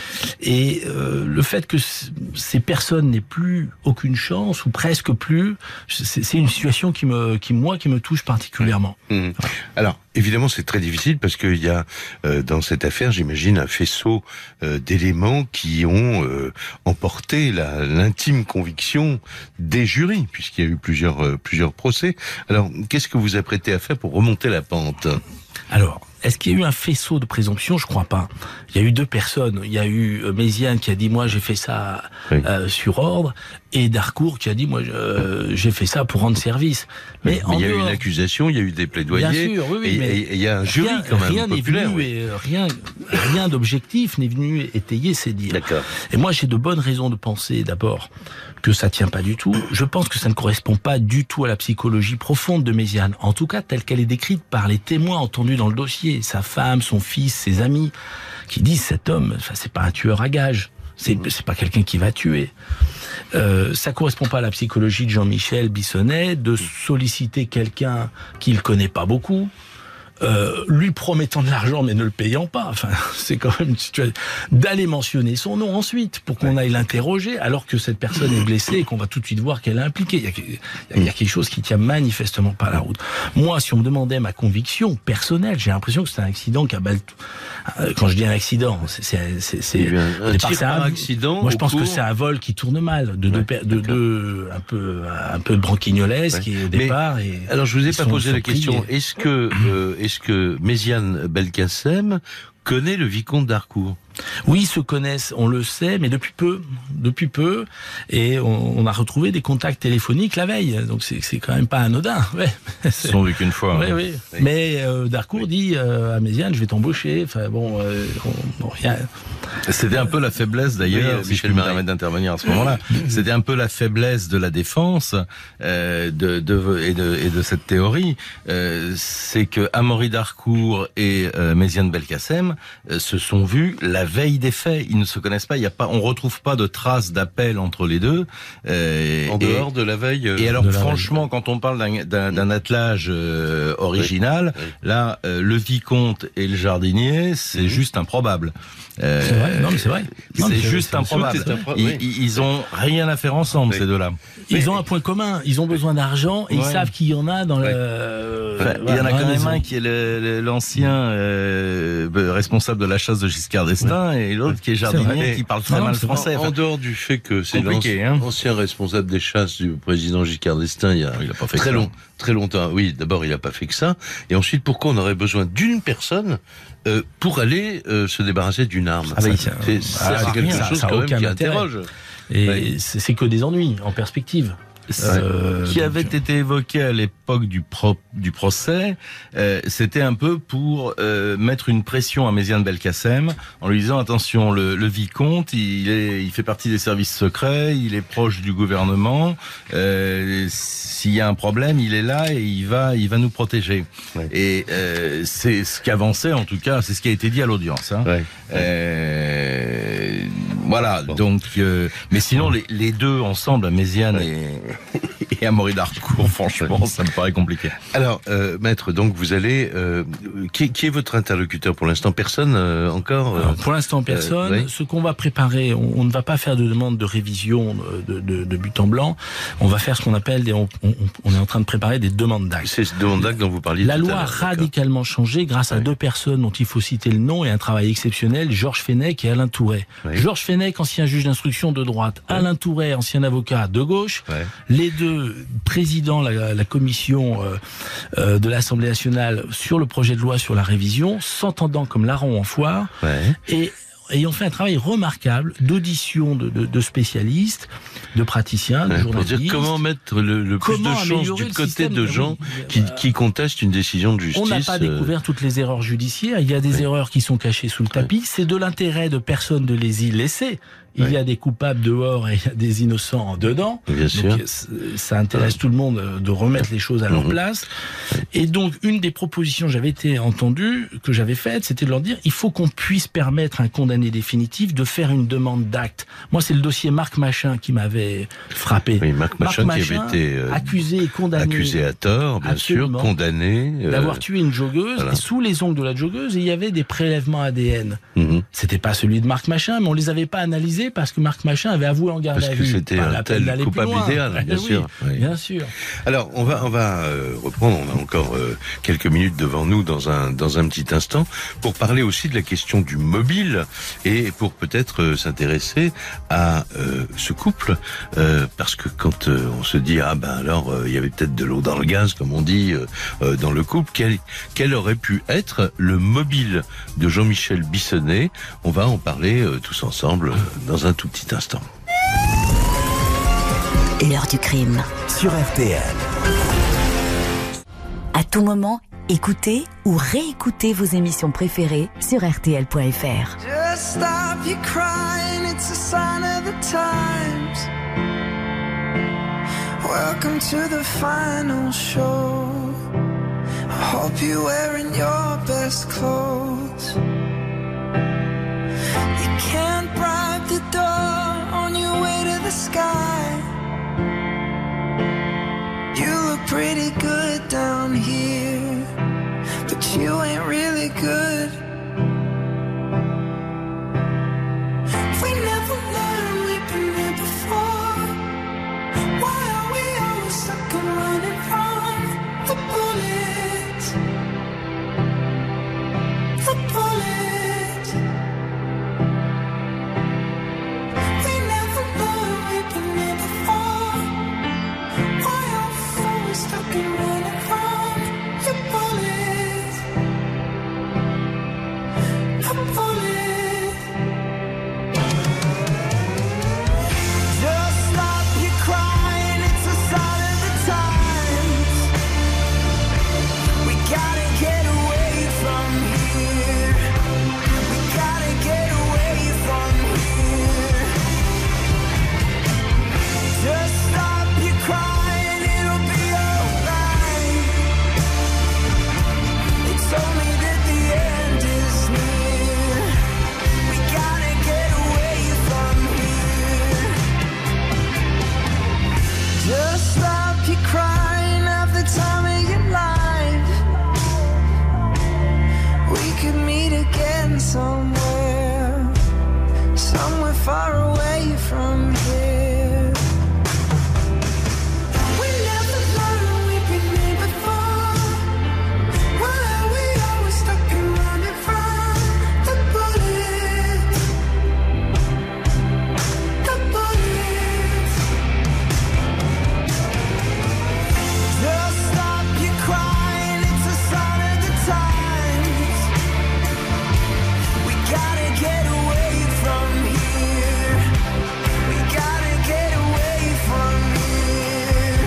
Et euh, le fait que c- ces personnes n'aient plus aucune chance ou presque plus, c'est, c'est une situation qui me, qui moi, qui me touche particulièrement. Mmh. Alors. Évidemment, c'est très difficile parce qu'il y a euh, dans cette affaire, j'imagine, un faisceau euh, d'éléments qui ont euh, emporté la, l'intime conviction des jurys, puisqu'il y a eu plusieurs euh, plusieurs procès. Alors, qu'est-ce que vous apprêtez à faire pour remonter la pente ? Alors, est-ce qu'il y a eu un faisceau de présomption ? Je crois pas. Il y a eu deux personnes. Il y a eu euh, Méziane qui a dit moi j'ai fait ça oui. euh, sur ordre, et Darcourt qui a dit moi euh, j'ai fait ça pour rendre service. Mais, mais en il y a dehors... eu une accusation, il y a eu des plaidoyers. Bien sûr, oui, oui, et, mais et il y a un jury rien, quand même rien populaire. N'est venu, oui. et rien, rien d'objectif n'est venu étayer ces dires. D'accord. Et moi j'ai de bonnes raisons de penser d'abord que ça tient pas du tout. Je pense que ça ne correspond pas du tout à la psychologie profonde de Méziane. En tout cas, telle qu'elle est décrite par les témoins entendus dans le dossier, sa femme, son fils, ses amis, qui disent cet homme, enfin, c'est pas un tueur à gages. C'est, c'est pas quelqu'un qui va tuer. Euh, ça correspond pas à la psychologie de Jean-Michel Bissonnet de solliciter quelqu'un qu'il connaît pas beaucoup, euh, lui promettant de l'argent mais ne le payant pas. Enfin, c'est quand même une situation d'aller mentionner son nom ensuite pour qu'on aille l'interroger alors que cette personne est blessée et qu'on va tout de suite voir qu'elle est impliquée. Il y a, il y a quelque chose qui tient manifestement pas la route. Moi, si on me demandait ma conviction personnelle, j'ai l'impression que c'est un accident qui a bal... Quand je dis un accident, c'est c'est c'est, c'est un, un tir par accident. Moi, je pense cours. que c'est un vol qui tourne mal, de deux, ouais, de deux, un peu, un peu branquignolesque ouais. au départ. Mais, et alors, je vous ai pas posé la question. Et... Est-ce que, euh, est-ce que Méziane Belkacem connaît le vicomte d'Harcourt ? Oui, ils se connaissent, on le sait, mais depuis peu, depuis peu, et on, on a retrouvé des contacts téléphoniques la veille, donc c'est, c'est quand même pas anodin. Ouais. Ils se sont vus qu'une fois. Oui, hein. oui. oui. Mais euh, Darcourt oui. dit euh, à Méziane, je vais t'embaucher. Enfin bon, euh, on, bon rien. C'était un peu la faiblesse d'ailleurs, oui, si je peux me permettre d'intervenir à ce moment-là. C'était un peu la faiblesse de la défense euh, de, de, et, de, et de cette théorie, euh, c'est que Amaury Darcourt et euh, Méziane Belkacem euh, se sont vus la veille des faits. Ils ne se connaissent pas. Il y a pas, on retrouve pas de traces d'appel entre les deux. Euh, en dehors et, de la veille. Euh, et alors, franchement, veille. quand on parle d'un, d'un, d'un attelage euh, original, oui, oui. là, euh, le vicomte et le jardinier, c'est mmh. juste improbable. Euh, c'est vrai. Non, mais c'est vrai. C'est, non, mais c'est juste c'est improbable. C'est impro- ils, oui. ils ont rien à faire ensemble, oui. ces deux-là. Ils mais, ont un point commun. Ils ont besoin d'argent et ouais. ils savent qu'il y en a dans ouais. le. Enfin, il y en a quand même un qui est le, le, l'ancien euh, responsable de la chasse de Giscard d'Estaing ouais. et l'autre qui est jardinier, est qui parle très non, mal français. En, en dehors du fait que c'est l'ancien hein. ancien responsable des chasses du président Giscard d'Estaing, il y a, il a pas fait très ça. long, très longtemps. Oui, d'abord il a pas fait que ça. Et ensuite, pourquoi on aurait besoin d'une personne euh, pour aller euh, se débarrasser d'une arme ah, bah, c'est, c'est, ça, c'est quelque ça, chose ça quand même qui intérêt. interroge. Et ouais. c'est, c'est que des ennuis en perspective. Euh, qui avait donc... été évoqué à l'époque du, pro, du procès, euh, c'était un peu pour euh, mettre une pression à Méziane Belkacem en lui disant attention, le, le vicomte, il, est, il fait partie des services secrets, il est proche du gouvernement, euh, s'il y a un problème, il est là et il va, il va nous protéger. Ouais. Et euh, c'est ce qu'avançait en tout cas, c'est ce qui a été dit à l'audience. Hein. Ouais. Euh, Voilà, bon. donc, euh, mais sinon, les, les deux ensemble, à Méziane ouais. et, et à Amaury d'Harcourt, franchement, ça me paraît compliqué. Alors, euh, maître, donc vous allez, euh, qui, qui est votre interlocuteur pour l'instant? Personne euh, encore euh, Alors, pour l'instant, personne. Euh, ouais. Ce qu'on va préparer, on, on ne va pas faire de demande de révision de, de, de but en blanc. On va faire ce qu'on appelle, des, on, on, on est en train de préparer des demandes d'actes. C'est ces demandes d'actes dont vous parliez La tout loi à a l'heure, radicalement changé grâce à ouais. deux personnes dont il faut citer le nom et un travail exceptionnel, Georges Fenech et Alain Touret. Ouais. Georges Fenech, ancien juge d'instruction de droite, ouais. Alain Touret, ancien avocat de gauche, ouais. les deux présidents de la, la commission euh, euh, de l'Assemblée nationale sur le projet de loi sur la révision, s'entendant comme larron en foire, ouais. et ayant fait un travail remarquable d'audition de, de, de spécialistes, de praticiens, de ouais, journalistes. Pour dire comment mettre le, le plus de chance du côté de gens oui, qui, qui contestent une décision de justice. On n'a pas euh... découvert toutes les erreurs judiciaires. Il y a des oui. erreurs qui sont cachées sous le tapis. Oui. C'est de l'intérêt de personne de les y laisser. Il oui. y a des coupables dehors et il y a des innocents dedans. Bien sûr. Donc, ça intéresse tout le monde de remettre les choses à leur mmh. place. Et donc, une des propositions que j'avais été entendue, que j'avais faite, c'était de leur dire, il faut qu'on puisse permettre à un condamné définitif de faire une demande d'acte. Moi, c'est le dossier Marc Machin qui m'avait frappé. Oui, Marc Machin, Marc Machin qui avait été euh, accusé et condamné. Accusé à tort, bien sûr, condamné. Euh, d'avoir tué une joggeuse. Voilà. Et sous les ongles de la joggeuse, il y avait des prélèvements A D N. Mmh. C'était pas celui de Marc Machin, mais on les avait pas analysés parce que Marc Machin avait avoué en garde parce à vue. Parce que c'était un tel coupable idéal, bien oui, sûr. Oui. Bien sûr. Alors, on va, on va euh, reprendre, on a encore euh, quelques minutes devant nous dans un, dans un petit instant, pour parler aussi de la question du mobile et pour peut-être euh, s'intéresser à euh, ce couple, euh, parce que quand euh, on se dit, ah ben alors, euh, il y avait peut-être de l'eau dans le gaz, comme on dit, euh, euh, dans le couple, quel, quel aurait pu être le mobile de Jean-Michel Bissonnet? On va en parler euh, tous ensemble euh, dans un tout petit instant. L'heure du crime. Sur R T L. À tout moment, écoutez ou réécoutez vos émissions préférées sur R T L point F R. Just stop your crying, it's a sign of the times. Welcome to the final show. I hope you're wearing your best clothes. You can't bribe the door on your way to the sky. You look pretty good down here, but you ain't really good. We never learned, we've been here before. Why are we always stuck and running from the bullets? The bullets. We never learned, we've been here before. Why are we always stuck and running from the bullets? The bullets. Just stop your crying, it's a sign of the times. We gotta get away from here. We gotta get away from here. Just stop your crying, it'll be alright. They told me that the end is near. We gotta get away from here. Just stop your crying, have the time of your life. We could meet again somewhere, somewhere far away from here. We never learned, we've been here before. Why are we always stuck and running from the bullets? The bullets. Just stop your crying, it's a sign of the times. We gotta get away from here. We gotta get away from here.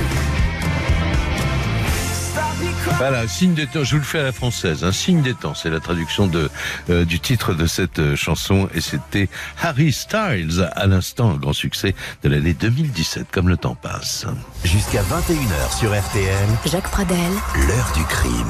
Stop your crying. Voilà, signe des temps, je vous le fais à la française, un signe des temps, c'est la traduction de, euh, du titre de cette euh, chanson, et c'était Harry Styles, à l'instant, un grand succès de l'année deux mille dix-sept, comme le temps passe. Jusqu'à vingt et une heures sur R T L. Jacques Pradel. L'heure du crime.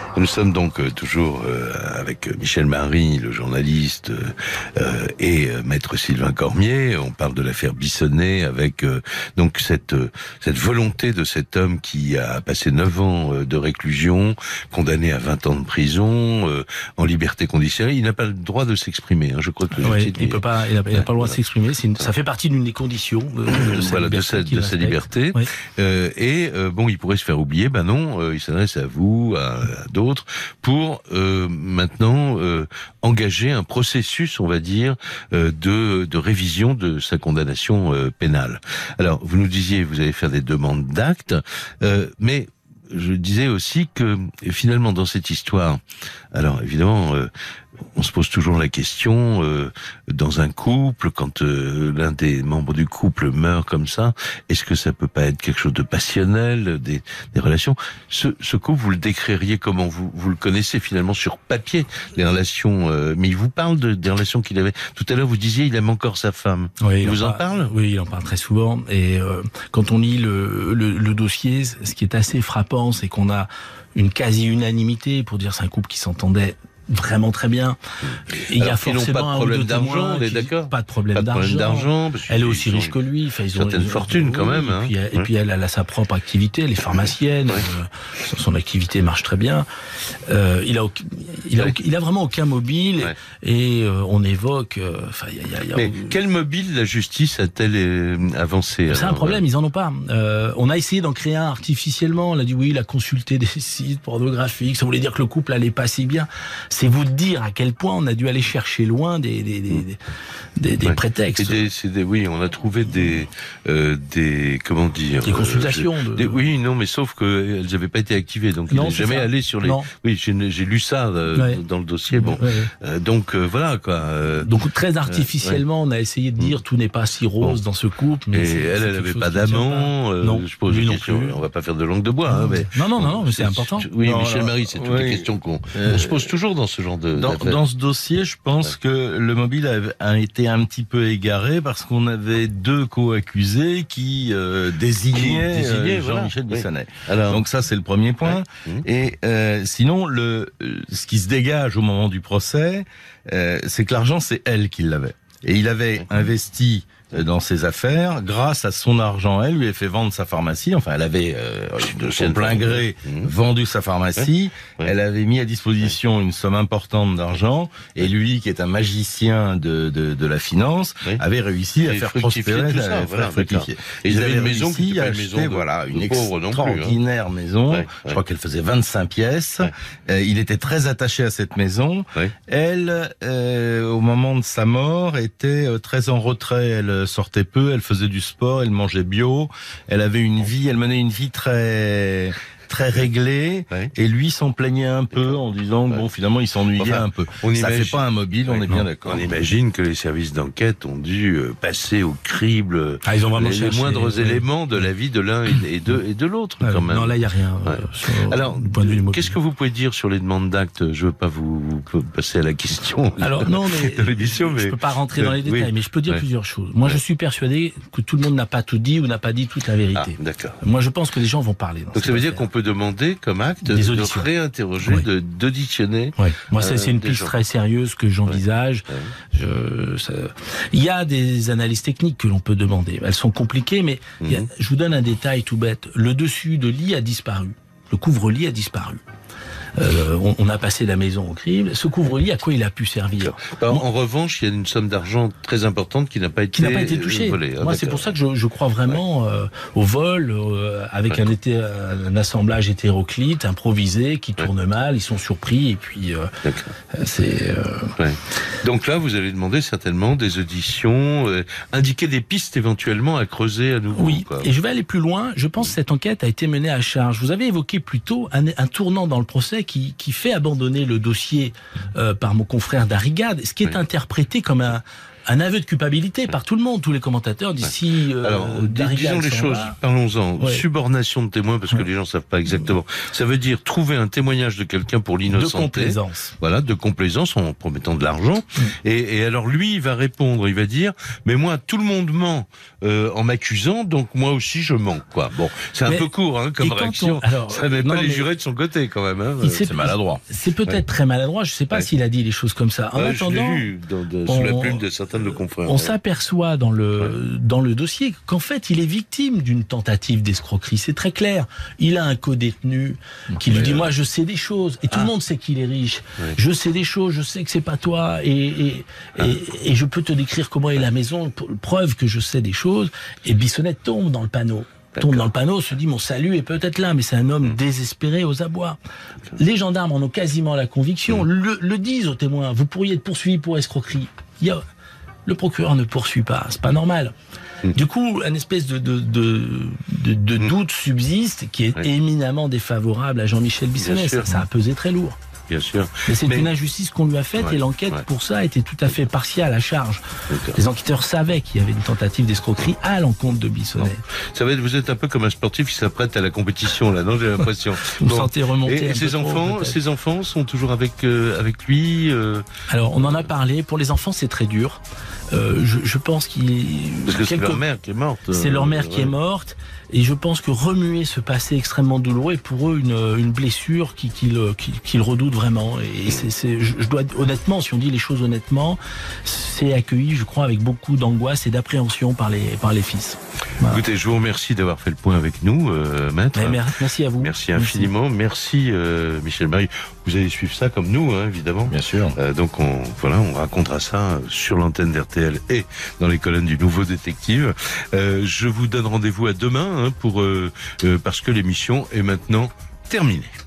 Nous sommes donc euh, toujours euh, avec Michel Marie, le journaliste, euh, et euh, maître Sylvain Cormier. On parle de l'affaire Bissonnay avec euh, donc cette euh, cette volonté de cet homme qui a passé neuf ans euh, de réclusion, condamné à vingt ans de prison, euh, en liberté conditionnelle. Il n'a pas le droit de s'exprimer. Hein, je crois que ouais, il peut pas, il n'a pas le droit de s'exprimer. C'est une, ça fait partie d'une des conditions de, de sa voilà, liberté. de sa, de sa liberté. Oui. Euh, et euh, bon, il pourrait se faire oublier. Ben non, euh, il s'adresse à vous, à, à d'autres, pour euh, maintenant euh, engager un processus, on va dire, euh, de, de révision de sa condamnation euh, pénale. Alors, vous nous disiez, vous allez faire des demandes d'actes, euh, mais je disais aussi que finalement dans cette histoire, alors évidemment, euh, on se pose toujours la question euh, dans un couple, quand euh, l'un des membres du couple meurt comme ça, est-ce que ça peut pas être quelque chose de passionnel, des, des relations? Ce, ce couple, vous le décririez comment? Vous, vous le connaissez finalement sur papier, les relations, euh, mais il vous parle de, des relations qu'il avait. Tout à l'heure, vous disiez, il aime encore sa femme. Oui, il vous en parle, parle? Oui, il en parle très souvent. Et euh, quand on lit le, le, le dossier, ce qui est assez frappant, c'est qu'on a une quasi-unanimité pour dire c'est un couple qui s'entendait vraiment très bien. Et il y a forcément pas de problème d'argent, on est d'accord? Pas de problème d'argent. Elle est aussi riche que lui. Enfin, ils ont certaines fortunes quand même. Et puis, hein. et puis elle, elle a sa propre activité, elle est pharmacienne. Ouais. Euh, son activité marche très bien. Euh, il a, il a, il a vraiment aucun mobile. Ouais. Et euh, on évoque. Enfin, il y a, il y a, Mais on... quel mobile la justice a-t-elle avancé? C'est un problème. Ils en ont pas. Euh, on a essayé d'en créer un artificiellement. On a dit oui, il a consulté des sites pornographiques. Ça voulait dire que le couple allait pas si bien. C'est vous dire à quel point on a dû aller chercher loin des des des des, des ouais. prétextes. C'est des, c'est des, oui, on a trouvé des euh, des comment dire des consultations. Euh, de... des, oui, non, mais sauf que elles n'avaient pas été activées, donc non, il n'est jamais ça. allé sur les. Non. Oui, j'ai, j'ai lu ça euh, ouais. dans le dossier. Bon, ouais, ouais. Euh, donc euh, voilà quoi. Euh, donc très artificiellement, ouais. on a essayé de dire mmh. tout n'est pas si rose bon. dans ce couple. Mais et c'est, elle, c'est elle n'avait pas d'amant. Euh, non, je pose lui une non question. plus. On va pas faire de langue de bois. Hein, mais non, non, non, non, mais c'est important. Oui, non, Michel alors, Marie, c'est toutes oui. les questions qu'on euh, on se pose toujours dans ce genre de. Dans, dans ce dossier, je pense ouais. que le mobile a, a été un petit peu égaré parce qu'on avait deux co-accusés qui euh, désignaient, qui désignaient euh, Jean-Michel voilà. Bissonnay. Oui. Alors, donc ça, c'est le premier point. Ouais. Et euh, sinon, le ce qui se dégage au moment du procès, euh, c'est que l'argent, c'est elle qui l'avait. Et il avait ouais. investi dans ses affaires, grâce à son argent, elle lui avait fait vendre sa pharmacie. Enfin, elle avait euh, de son plein gré mmh. vendu sa pharmacie. Ouais. Ouais. Elle avait mis à disposition ouais. une somme importante d'argent. Et lui, qui est un magicien de de, de la finance, ouais. avait réussi et à faire prospérer, tout ça, à voilà, faire fructifier. Et ils avaient une maison qui était pas une maison acheté, de, voilà, une plus, extraordinaire hein. maison. Ouais. Je crois qu'elle faisait vingt-cinq pièces. Ouais. Euh, il était très attaché à cette maison. Ouais. Elle, euh, au moment de sa mort, était euh, très en retrait. Elle sortait peu. Elle faisait du sport, elle mangeait bio, elle avait une vie, elle menait une vie très très réglée, ouais. et lui s'en plaignait un peu en disant ouais. bon finalement il s'ennuyait enfin, un peu. On ça imagine... fait pas un mobile, ouais, on est non. bien d'accord. On imagine que les services d'enquête ont dû passer au crible ah, ils ont vraiment les, les moindres ouais. éléments de la vie de l'un et de et de l'autre ouais, quand même. Non là il y a rien. Ouais. Euh, Alors qu'est-ce que vous pouvez dire sur les demandes d'actes? Je veux pas vous, vous passer à la question. Alors non mais de l'émission, mais je peux pas rentrer dans les détails, oui. mais je peux dire ouais. plusieurs choses. Moi ouais. je suis persuadé que tout le monde n'a pas tout dit ou n'a pas dit toute la vérité. Ah, d'accord. Moi je pense que les gens vont parler. Donc ça veut dire qu'on peut demander comme acte de réinterroger, oui. de, d'auditionner. Oui. Moi, ça, c'est euh, une piste gens. très sérieuse que j'envisage. Ouais. Ouais. Je, ça... Il y a des analyses techniques que l'on peut demander. Elles sont compliquées, mais mm-hmm. il y a... je vous donne un détail tout bête. Le dessus de lit a disparu. Le couvre-lit a disparu. Euh, on, on a passé la maison au crible. Ce couvre-lit, à quoi il a pu servir? En, en revanche, il y a une somme d'argent très importante qui n'a pas été, qui n'a pas été touchée. Volée. Moi, c'est pour ça que je, je crois vraiment ouais. euh, au vol, euh, avec ouais. un, été, un assemblage hétéroclite, improvisé, qui tourne ouais. mal. Ils sont surpris et puis euh, c'est. Euh... Ouais. Donc là, vous allez demander certainement des auditions, euh, indiquer des pistes éventuellement à creuser à nouveau. Oui. Quoi. Et je vais aller plus loin. Je pense que cette enquête a été menée à charge. Vous avez évoqué plutôt un, un tournant dans le procès qui, qui fait abandonner le dossier euh, par mon confrère d'Arrigade, ce qui est oui. interprété comme un, un aveu de culpabilité par tout le monde, tous les commentateurs d'ici. Ouais. Alors, euh, disons les choses, parlons-en. Ouais. Subornation de témoin, parce que ouais. les gens savent pas exactement. Ça veut dire trouver un témoignage de quelqu'un pour l'innocenter. De complaisance. Voilà, de complaisance en promettant de l'argent. Mmh. Et, et alors lui, il va répondre, il va dire, mais moi, tout le monde ment euh, en m'accusant, donc moi aussi je mens, quoi. Bon, c'est un mais, peu court, hein, comme réaction. On, alors, ça met pas les jurés de son côté, quand même. Hein. C'est maladroit. C'est peut-être ouais. très maladroit. Je sais pas ouais. s'il a dit les choses comme ça. En ouais, attendant, je l'ai lu dans, de, on, sous la plume de certains de nos confrères. On ouais. s'aperçoit dans le ouais. dans le dossier qu'en fait, il est victime d'une tentative d'escroquerie. C'est très clair. Il a un codétenu qui lui dit, moi, je sais des choses, et tout ah. le monde sait qu'il est riche. Ouais. Je sais des choses, je sais que c'est pas toi, et et, ah. et et je peux te décrire comment est la maison, preuve que je sais des choses. Et Bissonnette tombe dans le panneau. Tombe dans le panneau, se dit mon salut est peut-être là, mais c'est un homme mmh. désespéré aux abois. Les gendarmes en ont quasiment la conviction, mmh. le, le disent aux témoins, vous pourriez être poursuivi pour escroquerie. Il y a, le procureur ne poursuit pas, c'est pas normal. Mmh. Du coup, une espèce de, de, de, de, de mmh. doute subsiste qui est oui. éminemment défavorable à Jean-Michel Bissonnette. Ça, ça a pesé très lourd. Bien sûr. Mais c'est Mais... une injustice qu'on lui a faite ouais, et l'enquête ouais. pour ça était tout à fait partiale à charge. Les enquêteurs savaient qu'il y avait une tentative d'escroquerie à l'encontre de Bissonnette. Ça va être, vous êtes un peu comme un sportif qui s'apprête à la compétition là, non, j'ai l'impression. Vous bon. sentez remonter. Et, et ses enfants, trop, ses enfants sont toujours avec euh, avec lui. Euh... Alors on en a parlé. Pour les enfants, c'est très dur. Euh, je, je pense qu'il. Parce que quelques... c'est leur mère qui est morte. C'est leur mère euh, qui ouais. est morte. Et je pense que remuer ce passé extrêmement douloureux est pour eux une, une blessure qu'ils qui, qui, qui redoutent vraiment. Et c'est, c'est, je dois honnêtement, si on dit les choses honnêtement, c'est accueilli, je crois, avec beaucoup d'angoisse et d'appréhension par les par les fils. Voilà. Écoutez, je vous remercie d'avoir fait le point avec nous, euh, maître. Mais merci à vous. Merci infiniment. Merci, merci euh, Michel Marie. Vous allez suivre ça comme nous, hein, évidemment. Bien sûr. Euh, donc on voilà, on racontera ça sur l'antenne d'R T L et dans les colonnes du Nouveau Détective. Euh, je vous donne rendez-vous à demain. Pour, euh, euh, parce que l'émission est maintenant terminée.